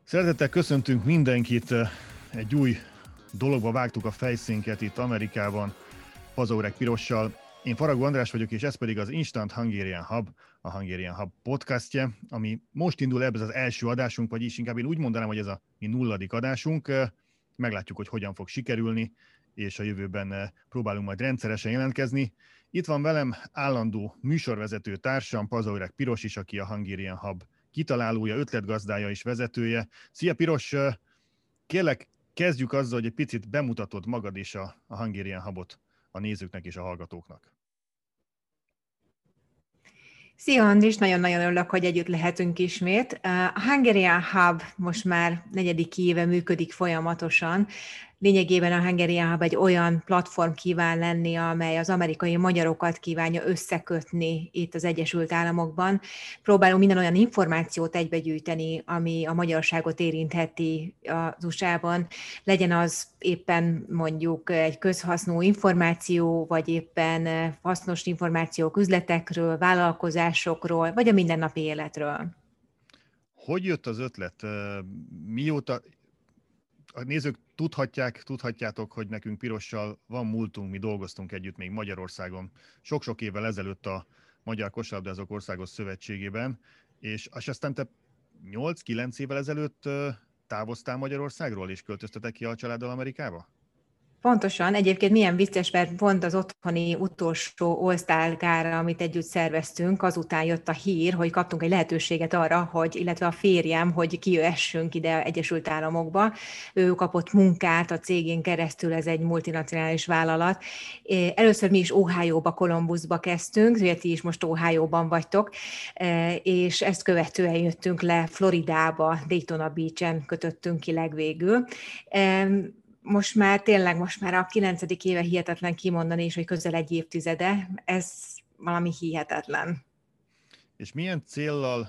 Szeretettel köszöntünk mindenkit, egy új dologba vágtuk a fejszénket itt Amerikában, Pazóöreg Pirossal. Én Faragó András vagyok, és ez pedig az Instant Hungarian Hub, a Hungarian Hub podcastje, ami most indul, ez az első adásunk, vagyis inkább én úgy mondanám, hogy ez a mi 0. adásunk. Meglátjuk, hogy hogyan fog sikerülni, és a jövőben próbálunk majd rendszeresen jelentkezni. Itt van velem állandó műsorvezető társam, Pazóöreg Piros is, aki a Hungarian Hub kitalálója, ötletgazdája és vezetője. Szia Piros, kérlek, kezdjük azzal, hogy egy picit bemutatod magad és a Hungarian Hubot a nézőknek és a hallgatóknak. Szia Andris, nagyon-nagyon örülök, hogy együtt lehetünk ismét. A Hungarian Hub most már 4. éve működik folyamatosan. Lényegében a Hungarian Hub egy olyan platform kíván lenni, amely az amerikai magyarokat kívánja összekötni itt az Egyesült Államokban. Próbálunk minden olyan információt egybegyűjteni, ami a magyarságot érintheti az USA-ban. Legyen az éppen mondjuk egy közhasznú információ, vagy éppen hasznos információk üzletekről, vállalkozásokról, vagy a mindennapi életről. Hogy jött az ötlet? Mióta... A nézők tudhatjátok, hogy nekünk Pirossal van múltunk, mi dolgoztunk együtt még Magyarországon sok-sok évvel ezelőtt a Magyar Kosárlabdázók Országos Szövetségében, és aztán te 8-9 évvel ezelőtt távoztál Magyarországról, és költöztetek ki a családdal Amerikába? Pontosan, egyébként milyen vicces, mert pont az otthoni utolsó All-Star-gára, amit együtt szerveztünk, azután jött a hír, hogy kaptunk egy lehetőséget arra, hogy, illetve a férjem, hogy kijöhessünk ide Egyesült Államokba. Ő kapott munkát a cégén keresztül, ez egy multinacionális vállalat. Először mi is Ohio-ba, Columbusba kezdtünk, ugye ti is most Ohio-ban vagytok, és ezt követően jöttünk le Floridába, Daytona Beach-en kötöttünk ki legvégül. Most már a 9. éve hihetetlen kimondani is, hogy közel egy évtizede, ez valami hihetetlen. És milyen céllal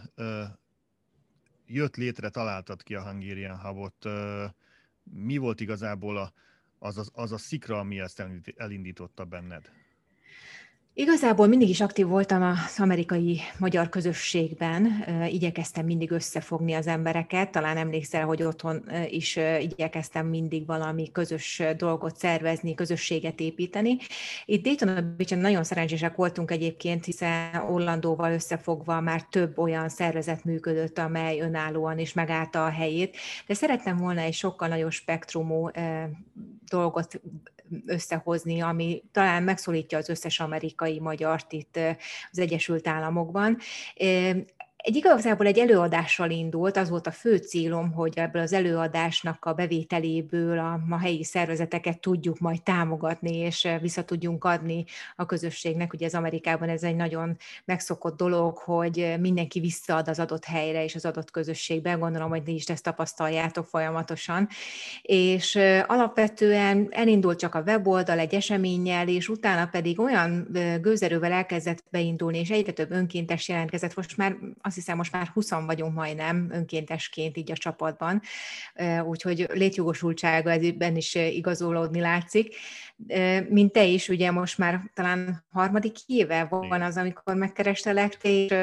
jött létre, találtad ki a Hungarian Hubot? Mi volt igazából az a szikra, ami ezt elindította benned? Igazából mindig is aktív voltam az amerikai magyar közösségben, igyekeztem mindig összefogni az embereket, talán emlékszel, hogy otthon is igyekeztem mindig valami közös dolgot szervezni, közösséget építeni. Itt Daytona Beach-en nagyon szerencsések voltunk egyébként, hiszen Orlandóval összefogva már több olyan szervezet működött, amely önállóan is megállta a helyét, de szerettem volna egy sokkal nagyobb spektrumú dolgot összehozni, ami talán megszólítja az összes amerikai magyart itt az Egyesült Államokban. Igazából egy előadással indult, az volt a fő célom, hogy ebből az előadásnak a bevételéből a helyi szervezeteket tudjuk majd támogatni, és vissza tudjunk adni a közösségnek. Ugye az Amerikában ez egy nagyon megszokott dolog, hogy mindenki visszaad az adott helyre és az adott közösségbe. Gondolom, hogy ti is ezt tapasztaljátok folyamatosan. És alapvetően elindult csak a weboldal egy eseménnyel, és utána pedig olyan gőzerővel elkezdett beindulni, és egyre több önkéntes jelentkezett. Azt hiszem, most már 20 vagyunk majdnem önkéntesként így a csapatban, úgyhogy létjogosultsága ezben is igazolódni látszik. Mint te is, ugye most már talán 3. éve van az, amikor megkerestelek, és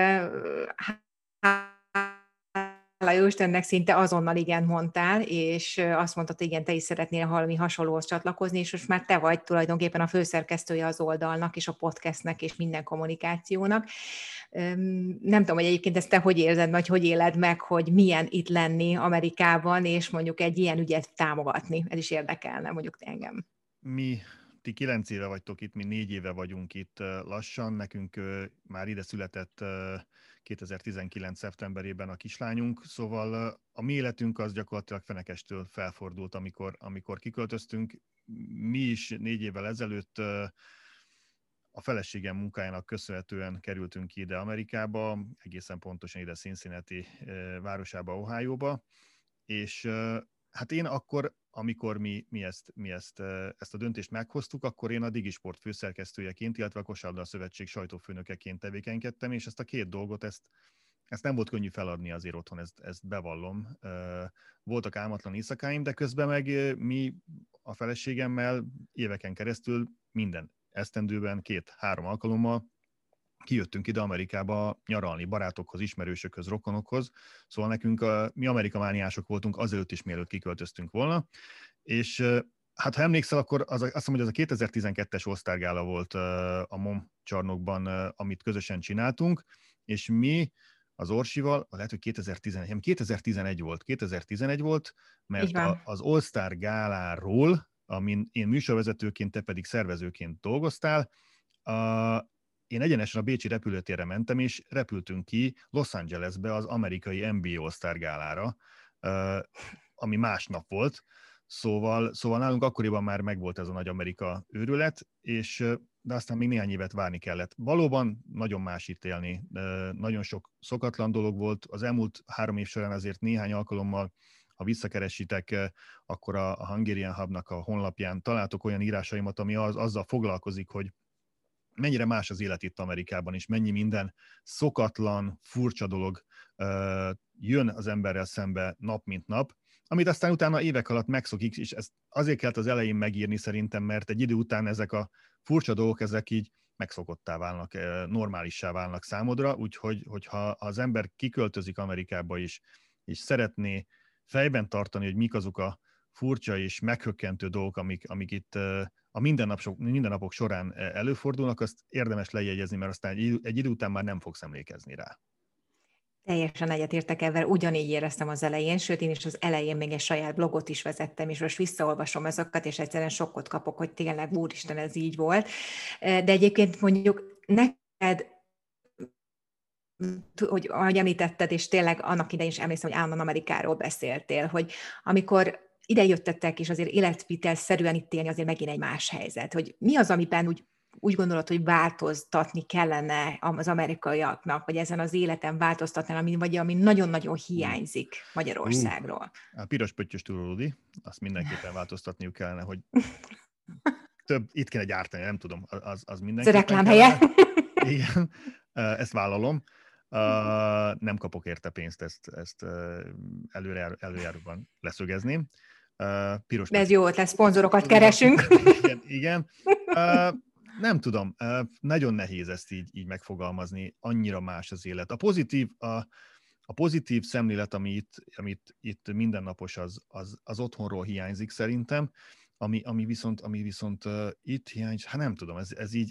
hála jó Istennek szinte azonnal igen mondtál, és azt mondtad, hogy igen, te is szeretnél valami hasonlóhoz csatlakozni, és most már te vagy tulajdonképpen a főszerkesztője az oldalnak, és a podcastnek, és minden kommunikációnak. Nem tudom, hogy egyébként ezt te hogy érzed, vagy hogy éled meg, hogy milyen itt lenni Amerikában, és mondjuk egy ilyen ügyet támogatni. Ez is érdekelne mondjuk engem. Ti 9 éve vagytok itt, mi 4 éve vagyunk itt lassan. Nekünk már ide született 2019. szeptemberében a kislányunk, szóval a mi életünk az gyakorlatilag fenekestől felfordult, amikor kiköltöztünk. Mi is 4 évvel ezelőtt a feleségem munkájának köszönhetően kerültünk ide Amerikába, egészen pontosan ide Cincinnati városába, Ohioba, és hát én akkor, amikor mi ezt a döntést meghoztuk, akkor én a Digisport főszerkesztőjeként, illetve a Kosárlabda Szövetség sajtófőnökeként tevékenykedtem, és ezt a két dolgot, ezt nem volt könnyű feladni azért otthon, ezt bevallom. Voltak álmatlan éjszakáim, de közben meg mi a feleségemmel éveken keresztül minden esztendőben 2-3 alkalommal kijöttünk ide Amerikába nyaralni, barátokhoz, ismerősökhöz, rokonokhoz, szóval nekünk mi amerikamániások voltunk azelőtt is, mielőtt kiköltöztünk volna, és hát ha emlékszel, akkor azt hiszem, hogy az a 2012-es All-Star Gála volt a MOM csarnokban, amit közösen csináltunk, és mi az Orsival, lehet, hogy 2011 volt, mert az All-Star Gáláról, amin én műsorvezetőként, te pedig szervezőként dolgoztál, én egyenesen a bécsi repülőtérre mentem, és repültünk ki Los Angelesbe az amerikai NBA All-Star Gálára, ami másnap volt, szóval nálunk akkoriban már megvolt ez a nagy Amerika őrület, de aztán még néhány évet várni kellett. Valóban nagyon más itt élni, nagyon sok szokatlan dolog volt, az elmúlt 3 év során azért néhány alkalommal, ha visszakeresitek, akkor a Hungarian Hubnak a honlapján találtok olyan írásaimat, ami azzal foglalkozik, hogy mennyire más az élet itt Amerikában is, mennyi minden szokatlan, furcsa dolog jön az emberrel szembe nap mint nap, amit aztán utána évek alatt megszokik, és ezt azért kellett az elején megírni szerintem, mert egy idő után ezek a furcsa dolgok, ezek így megszokottá válnak, normálissá válnak számodra, úgyhogy hogyha az ember kiköltözik Amerikába is, és szeretné fejben tartani, hogy mik azok a furcsa és meghökkentő dolgok, amik itt a mindennapok során előfordulnak, azt érdemes lejegyezni, mert aztán egy idő után már nem fogsz emlékezni rá. Teljesen egyetértek ebben, ugyanígy éreztem az elején, sőt én is az elején még egy saját blogot is vezettem, és most visszaolvasom azokat, és egyszerűen sokkot kapok, hogy tényleg úristen, ez így volt. De egyébként mondjuk neked, hogy ahogy említetted, és tényleg annak idején is emlékszem, hogy állandóan Amerikáról beszéltél, hogy amikor ide jöttetek, és azért életvitelszerűen itt élni, azért megint egy más helyzet, hogy mi az, amiben úgy gondolod, hogy változtatni kellene az amerikaiaknak, vagy ezen az életen változtatni, vagy ami nagyon-nagyon hiányzik Magyarországról? A piros pöttyös túrólódi, azt mindenképpen változtatniuk kellene, hogy itt kéne gyártani, nem tudom, az mindenképpen. Ez a reklámhelye. Igen, ezt vállalom. Nem kapok érte pénzt, ezt előjáróban leszögezném. Piros. De ez jó, lesz szponzorokat keresünk. Igen. Nem tudom, nagyon nehéz ezt így megfogalmazni, annyira más az élet. A pozitív szemlélet, ami itt mindennapos, az otthonról hiányzik szerintem, ami viszont itt hiányzik, hát nem tudom,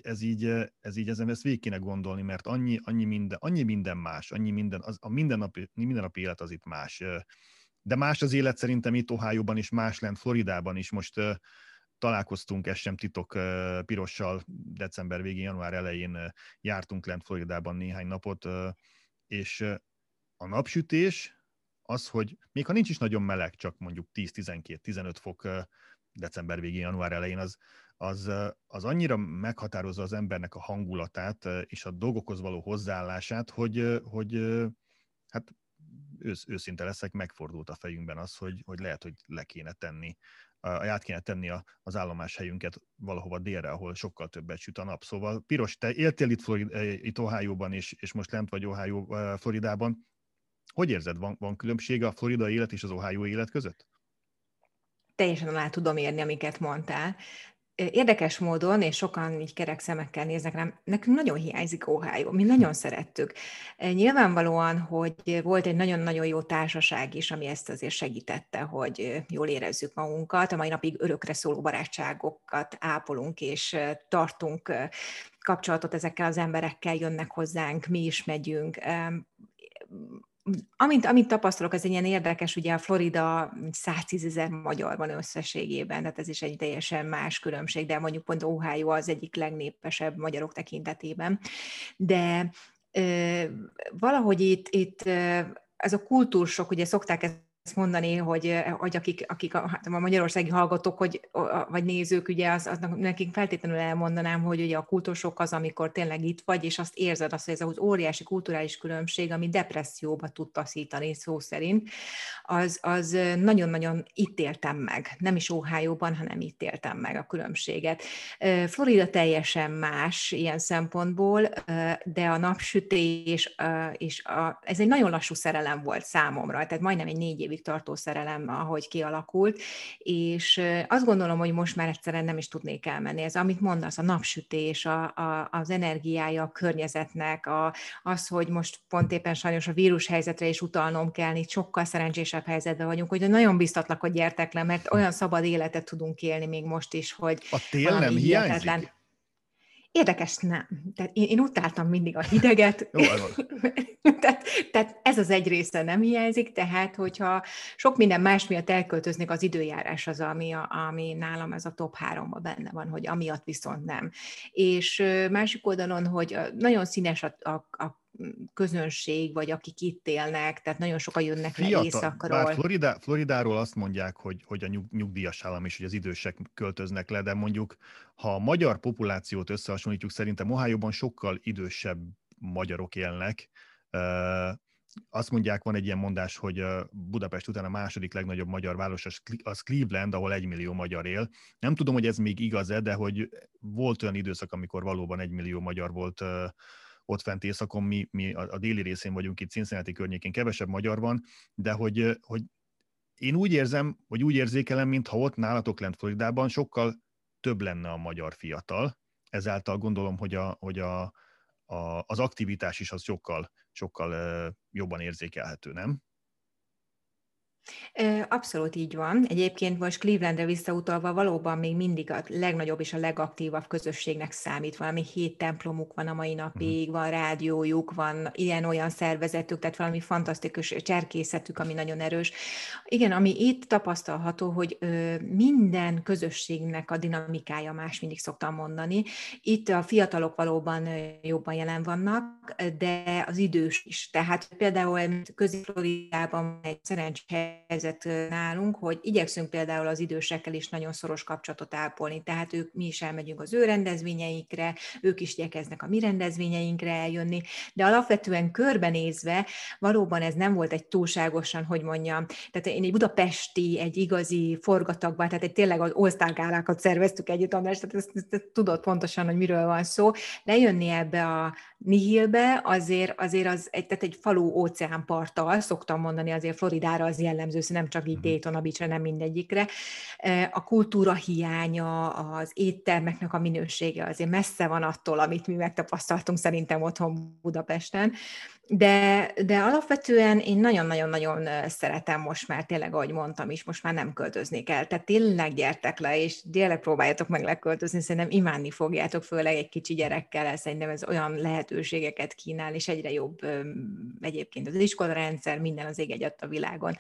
ezt végig kéne gondolni, mert annyi minden más, a mindennapi élet az itt más. De más az élet szerintem itt Ohioban is, más lent Floridában is. Most találkoztunk, ez sem titok, Pirossal december végén, január elején jártunk lent Floridában néhány napot, és a napsütés az, hogy még ha nincs is nagyon meleg, csak mondjuk 10-12-15 fok december végén, január elején, az annyira meghatározza az embernek a hangulatát és a dolgokhoz való hozzáállását, hogy hát őszinte leszek, megfordult a fejünkben az, hogy lehet, hogy le kéne tenni, át kéne tenni az állomáshelyünket valahova délre, ahol sokkal többet süt a nap. Szóval Piros, te éltél itt Ohioban, és most lent vagy Floridában. Hogy érzed, van különbsége a floridai élet és az Ohio élet között? Teljesen alá tudom érni, amiket mondtál. Érdekes módon, és sokan így kerek szemekkel néznek rám, nekünk nagyon hiányzik Ohio, mi nagyon szerettük. Nyilvánvalóan, hogy volt egy nagyon-nagyon jó társaság is, ami ezt azért segítette, hogy jól érezzük magunkat. A mai napig örökre szóló barátságokat ápolunk, és tartunk kapcsolatot ezekkel az emberekkel, jönnek hozzánk, mi is megyünk. Amint tapasztalok, ez egy ilyen érdekes, ugye a Florida 110 000 magyar van összességében, tehát ez is egy teljesen más különbség, de mondjuk pont Ohio az egyik legnépesebb magyarok tekintetében. De valahogy itt ez a kultúrsok, ugye szokták ezt mondani, hogy akik a magyarországi hallgatók, vagy nézők, ugye aznak nekik feltétlenül elmondanám, hogy ugye a kultúrsok az, amikor tényleg itt vagy, és azt érzed, hogy ez az óriási kulturális különbség, ami depresszióba tud taszítani szó szerint, az nagyon-nagyon itt éltem meg. Nem is Ohio-ban, hanem itt éltem meg a különbséget. Florida teljesen más ilyen szempontból, de a napsütés, és ez egy nagyon lassú szerelem volt számomra, tehát majdnem egy 4 évig évig tartó szerelem, ahogy kialakult, és azt gondolom, hogy most már egyszerűen nem is tudnék elmenni. Ez, amit mondasz, a napsütés, az energiája a környezetnek, az, hogy most pont éppen sajnos a vírushelyzetre is utalnom kell, itt sokkal szerencsésebb helyzetben vagyunk, hogy nagyon biztatlak, hogy gyertek le, mert olyan szabad életet tudunk élni még most is, hogy A tél valami nem hihetetlen. hiányzik? Érdekes, nem. Tehát én utáltam mindig a hideget, Jó, tehát ez az egy része nem hiányzik, tehát hogyha sok minden más miatt elköltöznék, az időjárás az, ami nálam ez a top 3-ban benne van, hogy amiatt viszont nem. És másik oldalon, hogy nagyon színes a közönség, vagy akik itt élnek, tehát nagyon sokan jönnek le bár északról. Floridáról azt mondják, hogy a nyugdíjas állam is, hogy az idősek költöznek le, de mondjuk, ha a magyar populációt összehasonlítjuk, szerintem Ohioban sokkal idősebb magyarok élnek. Azt mondják, van egy ilyen mondás, hogy Budapest után a második legnagyobb magyar város az Cleveland, ahol 1 millió magyar él. Nem tudom, hogy ez még igaz-e, de hogy volt olyan időszak, amikor valóban 1 millió magyar volt ott fent északon, mi a déli részén vagyunk, itt Cincinnati környékén kevesebb magyar van, de hogy én úgy érzem, vagy úgy érzékelem, mintha ott nálatok lent Floridában sokkal több lenne a magyar fiatal. Ezáltal gondolom, hogy az aktivitás is az sokkal jobban érzékelhető, nem? Abszolút így van. Egyébként most Clevelandre visszautalva valóban még mindig a legnagyobb és a legaktívabb közösségnek számít. Valami 7 templomuk van a mai napig, van rádiójuk, van ilyen-olyan szervezetük, tehát valami fantasztikus cserkészetük, ami nagyon erős. Igen, ami itt tapasztalható, hogy minden közösségnek a dinamikája más, mindig szoktam mondani. Itt a fiatalok valóban jobban jelen vannak, de az idős is. Tehát például Közép-Floridában egy szerencsés helyzet nálunk, hogy igyekszünk például az idősekkel is nagyon szoros kapcsolatot ápolni, tehát mi is elmegyünk az ő rendezvényeikre, ők is igyekeznek a mi rendezvényeinkre eljönni, de alapvetően körbenézve valóban ez nem volt egy túlságosan, hogy mondjam, tehát én egy budapesti, egy igazi forgatagban, tehát tényleg az All-Star gálákat szerveztük együtt, András, tehát ezt tudod pontosan, hogy miről van szó. Lejönni ebbe a Nihilbe azért az egy falu óceánparttal, szoktam mondani, azért Floridára az jellemző, nem csak így Daytona Beachre, nem mindegyikre. A kultúra hiánya, az éttermeknek a minősége azért messze van attól, amit mi megtapasztaltunk szerintem otthon Budapesten. De alapvetően én nagyon-nagyon-nagyon szeretem most már, tényleg, ahogy mondtam is, most már nem költözni kell. Tehát tényleg gyertek le, és tényleg próbáljatok meg leköltözni, szerintem imádni fogjátok, főleg egy kicsi gyerekkel, szerintem ez olyan lehetőségeket kínál, és egyre jobb egyébként az iskolarendszer, minden az ég egyatt a világon.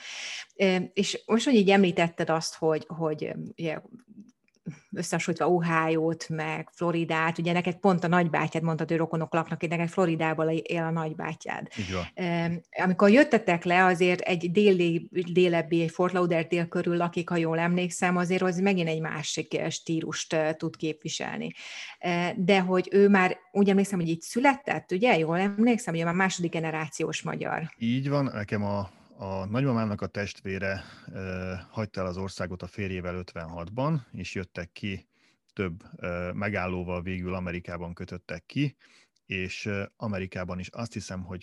És most, hogy így említetted azt, hogy ugye, összehasonlítva Ohiót, meg Floridát, ugye neked pont a nagybátyád, mondtad, hogy rokonok laknak itt, neked Floridában él a nagybátyád. Így van. Amikor jöttetek le, azért egy délebbi, egy Fort Lauderdale körül lakik, ha jól emlékszem, azért az megint egy másik stílust tud képviselni. De hogy ő már, úgy emlékszem, hogy itt született, ugye? Jól emlékszem, hogy ő már második generációs magyar. Így van, nekem a nagymamámnak a testvére hagyta el az országot a férjével 56-ban, és jöttek ki több megállóval, végül Amerikában kötöttek ki, és Amerikában is azt hiszem, hogy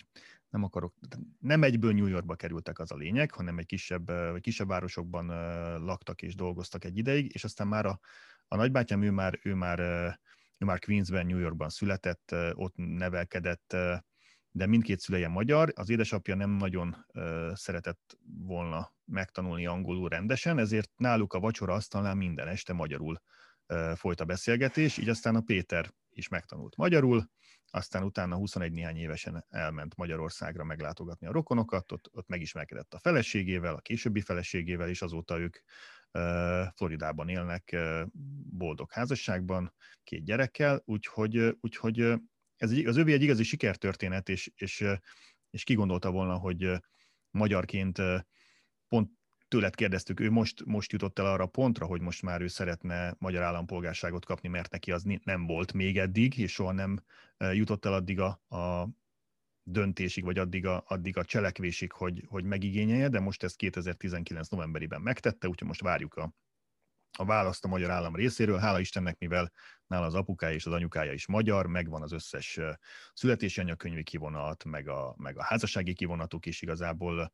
nem egyből New Yorkba kerültek, az a lényeg, hanem egy kisebb városokban laktak és dolgoztak egy ideig, és aztán már a nagybátyám, ő már Queensben, New Yorkban született, ott nevelkedett, de mindkét szüleje magyar, az édesapja nem nagyon szeretett volna megtanulni angolul rendesen, ezért náluk a vacsora asztalnál minden este magyarul folyt a beszélgetés, így aztán a Péter is megtanult magyarul, aztán utána 21 néhány évesen elment Magyarországra meglátogatni a rokonokat, ott megismerkedett a feleségével, a későbbi feleségével, és azóta ők Floridában élnek, boldog házasságban, 2 gyerekkel, úgyhogy az övé egy igazi sikertörténet, és ki gondolta volna, hogy magyarként pont tőled kérdeztük, ő most jutott el arra a pontra, hogy most már ő szeretne magyar állampolgárságot kapni, mert neki az nem volt még eddig, és soha nem jutott el addig a döntésig, vagy addig a cselekvésig, hogy megigényelje, de most ezt 2019 novemberében megtette, úgyhogy most várjuk a választ a magyar állam részéről. Hála Istennek, mivel nála az apukája és az anyukája is magyar, megvan az összes születési anyakönyvi kivonat, meg a házassági kivonatuk is, igazából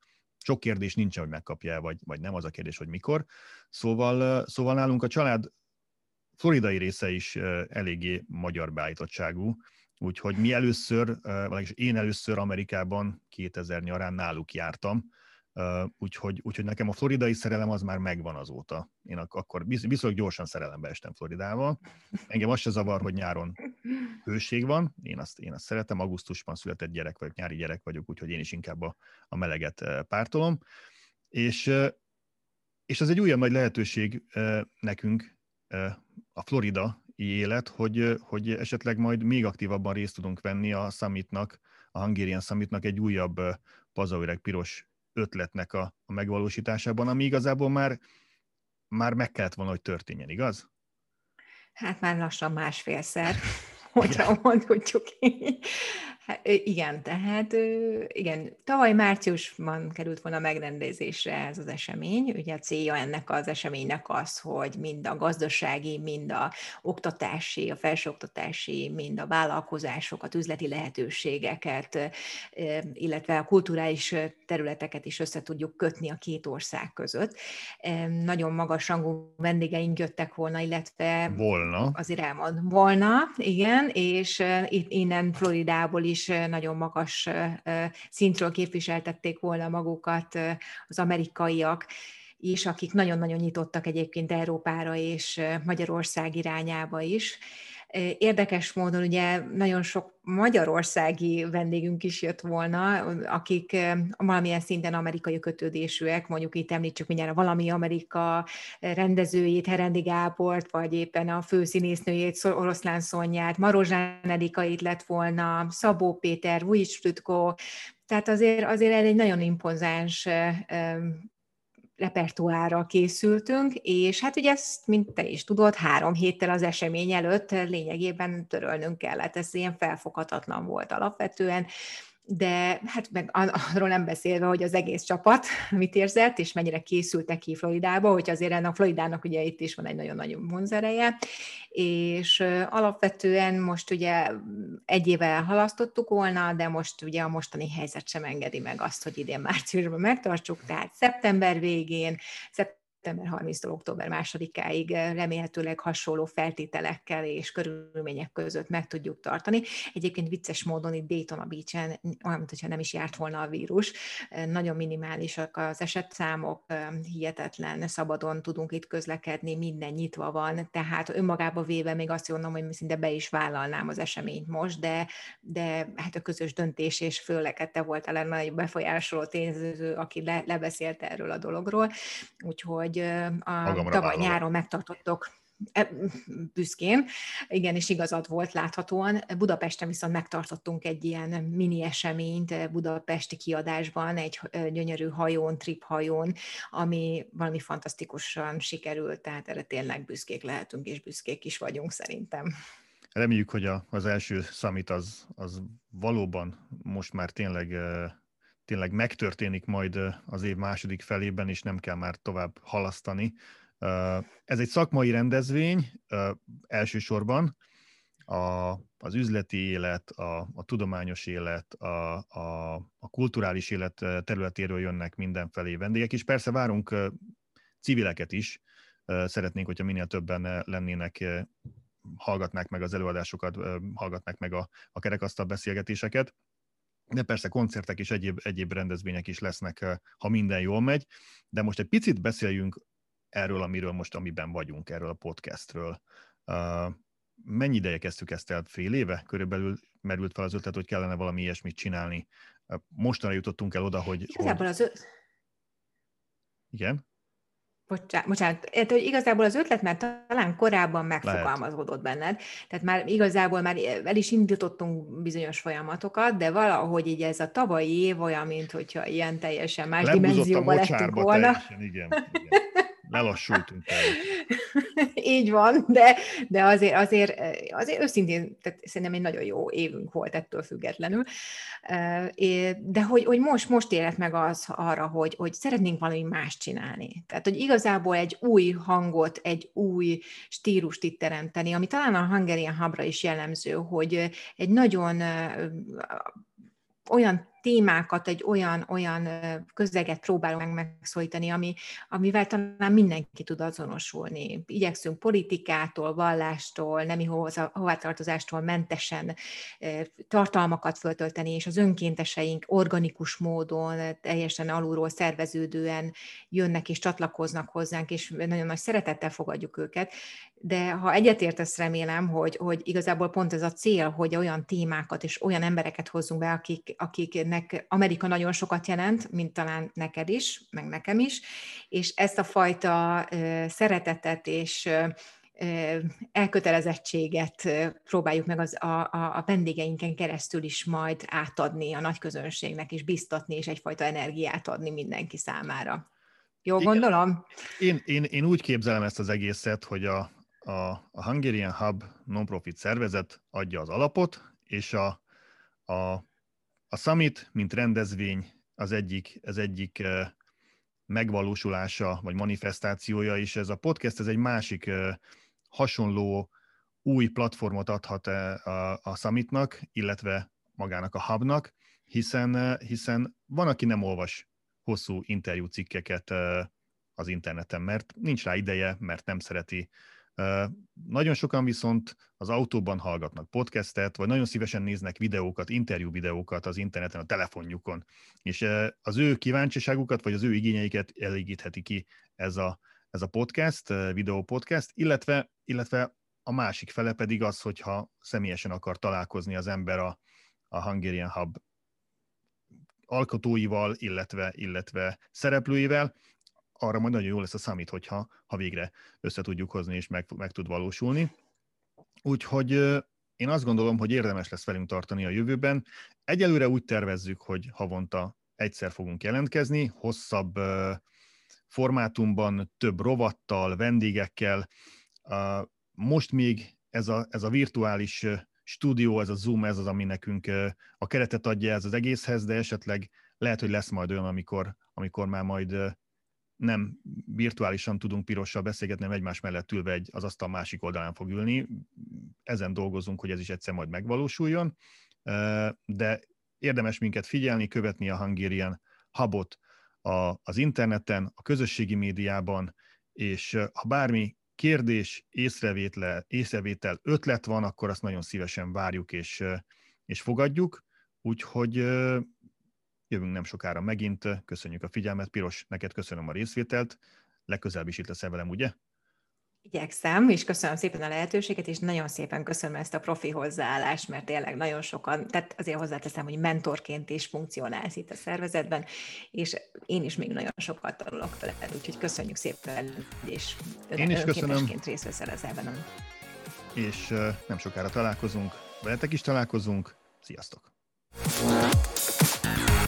Sok kérdés nincs, hogy megkapja, vagy nem, az a kérdés, hogy mikor. Szóval nálunk a család floridai része is eléggé magyar beállítottságú, úgyhogy mi először, vagyis én először Amerikában 2000 nyarán náluk jártam, úgyhogy nekem a floridai szerelem az már megvan azóta. Én akkor viszonylag gyorsan szerelembe estem Floridával. Engem az se zavar, hogy nyáron hőség van, én azt szeretem, augusztusban született gyerek vagyok, nyári gyerek vagyok, úgyhogy én is inkább a meleget pártolom. És az egy újabb nagy lehetőség nekünk, a floridai élet, hogy esetleg majd még aktívabban részt tudunk venni a Summitnak, a Hungarian Summitnak egy újabb pazaüreg piros ötletnek a megvalósításában, ami igazából már meg kellett volna, hogy történjen, igaz? Hát már lassan másfélszer, hogyha mondhatjuk így. Hát, igen, tehát igen, tavaly márciusban került volna megrendezésre ez az esemény. Ugye a célja ennek az eseménynek az, hogy mind a gazdasági, mind a oktatási, a felsőoktatási, mind a vállalkozásokat, üzleti lehetőségeket, illetve a kulturális területeket is össze tudjuk kötni a két ország között. Nagyon magas rangú vendégeink jöttek volna, illetve azért volna, igen, és innen Floridából is nagyon magas szintről képviseltették volna magukat az amerikaiak is, akik nagyon-nagyon nyitottak egyébként Európára és Magyarország irányába is. Érdekes módon ugye nagyon sok magyarországi vendégünk is jött volna, akik valamilyen szinten amerikai kötődésűek, mondjuk itt említsük mindjárt Valami Amerika rendezőjét, Herendi Gábort, vagy éppen a főszínésznőjét, Oroszlán Szonyát, Marozsán Erikait lett volna, Szabó Péter, Vujics Trütko, tehát azért egy nagyon impozáns repertoárra készültünk, és hát ugye ezt, mint te is tudod, 3 héttel az esemény előtt lényegében törölnünk kellett. Ez ilyen felfoghatatlan volt alapvetően, de hát meg arról nem beszélve, hogy az egész csapat mit érzett, és mennyire készültek ki Floridába, hogy azért ennek Floridának ugye itt is van egy nagyon-nagyon vonzereje, és alapvetően most ugye 1 évvel halasztottuk volna, de most ugye a mostani helyzet sem engedi meg azt, hogy idén márciusban megtartsuk, tehát szeptember végén, szeptember 30-tól október 2-áig remélhetőleg hasonló feltételekkel és körülmények között meg tudjuk tartani. Egyébként vicces módon itt Daytona Beach-en, olyan, mintha nem is járt volna a vírus, nagyon minimálisak az esetszámok, hihetetlen, szabadon tudunk itt közlekedni, minden nyitva van, tehát önmagába véve még azt mondom, hogy szinte be is vállalnám az eseményt most, de hát a közös döntés, és főleg te voltál a nagy befolyásoló tényező, aki lebeszélt erről a dologról, úgyhogy tavaly nyáron megtartottok büszkén, igen, és igazad volt láthatóan. Budapesten viszont megtartottunk egy ilyen mini eseményt budapesti kiadásban, egy gyönyörű hajón, triphajón, ami valami fantasztikusan sikerült, tehát erre tényleg büszkék lehetünk, és büszkék is vagyunk szerintem. Reméljük, hogy az első summit az valóban most már tényleg megtörténik majd az év második felében, és nem kell már tovább halasztani. Ez egy szakmai rendezvény elsősorban, az üzleti élet, a tudományos élet, a kulturális élet területéről jönnek mindenfelé vendégek, és persze várunk civileket is, szeretnénk, hogyha minél többen lennének, hallgatnák meg az előadásokat, hallgatnák meg a kerekasztal beszélgetéseket, de persze koncertek és egyéb rendezvények is lesznek, ha minden jól megy, de most egy picit beszéljünk erről, amiben vagyunk, erről a podcastről. Mennyi ideje kezdtük ezt el? Fél éve? Körülbelül merült fel az ötlet, hogy kellene valami ilyesmit csinálni. Mostanra jutottunk el oda, hogy... Igazából Igen? Bocsánat, hogy igazából az ötlet már talán korábban megfogalmazódott benned, tehát már igazából már el is indítottunk bizonyos folyamatokat, de valahogy így ez a tavalyi év olyan, mint hogyha ilyen teljesen más dimenzióban lettünk volna. Teljesen, igen. Lelassultunk el. Így van, de azért őszintén, tehát szerintem egy nagyon jó évünk volt ettől függetlenül. De hogy most élet meg az arra, hogy szeretnénk valami más csinálni. Tehát, hogy igazából egy új hangot, egy új stílust itt teremteni, ami talán a Hungarian Hubra is jellemző, hogy egy nagyon olyan témákat, egy olyan közeget próbálunk megszólítani, amivel talán mindenki tud azonosulni. Igyekszünk politikától, vallástól, nemi hovatartozástól mentesen tartalmakat föltölteni, és az önkénteseink organikus módon, teljesen alulról szerveződően jönnek és csatlakoznak hozzánk, és nagyon nagy szeretettel fogadjuk őket. De ha egyetértesz, remélem, hogy igazából pont ez a cél, hogy olyan témákat és olyan embereket hozzunk be, akiknek Amerika nagyon sokat jelent, mint talán neked is, meg nekem is, és ezt a fajta szeretetet és elkötelezettséget próbáljuk meg a vendégeinken keresztül is majd átadni a nagy közönségnek, és biztatni, és egyfajta energiát adni mindenki számára. Jó gondolom? Én úgy képzelem ezt az egészet, hogy a Hungarian Hub non-profit szervezet adja az alapot, és a Summit, mint rendezvény az egyik megvalósulása, vagy manifestációja, és ez a podcast, ez egy másik hasonló új platformot adhat a Summitnak, illetve magának a Hubnak, hiszen van, aki nem olvas hosszú interjúcikkeket az interneten, mert nincs rá ideje, mert nem szereti. Nagyon sokan viszont az autóban hallgatnak podcastet, vagy nagyon szívesen néznek videókat, interjú videókat az interneten, a telefonjukon, és az ő kíváncsiságukat, vagy az ő igényeiket elégítheti ki ez a podcast, videó podcast, illetve a másik fele pedig az, hogyha személyesen akar találkozni az ember a Hungarian Hub alkotóival, illetve szereplőivel, arra majd nagyon jó lesz a Summit, hogyha végre össze tudjuk hozni, és meg tud valósulni. Úgyhogy én azt gondolom, hogy érdemes lesz velünk tartani a jövőben. Egyelőre úgy tervezzük, hogy havonta egyszer fogunk jelentkezni, hosszabb formátumban, több rovattal, vendégekkel. Most még ez a virtuális stúdió, ez a Zoom, ez az, ami nekünk a keretet adja ez az egészhez, de esetleg lehet, hogy lesz majd olyan, amikor már majd nem virtuálisan tudunk pirossal beszélgetni, hanem egymás mellett ülve az asztal másik oldalán fog ülni. Ezen dolgozunk, hogy ez is egyszer majd megvalósuljon, de érdemes minket figyelni, követni a Hungarian Hubot az interneten, a közösségi médiában, és ha bármi kérdés, észrevétel, ötlet van, akkor azt nagyon szívesen várjuk és fogadjuk. Úgyhogy jövünk nem sokára megint. Köszönjük a figyelmet. Piros, neked köszönöm a részvételt. Legközelebb is itt leszel velem, ugye? Igyekszem, és köszönöm szépen a lehetőséget, és nagyon szépen köszönöm ezt a profi hozzáállást, mert tényleg nagyon sokan, tehát azért hozzáteszem, hogy mentorként is funkcionálsz itt a szervezetben, és én is még nagyon sokat tanulok tőled, úgyhogy köszönjük szépen, és én is köszönöm. Részt veszel ebben. És nem sokára találkozunk, veletek is találkozunk. Sziasztok!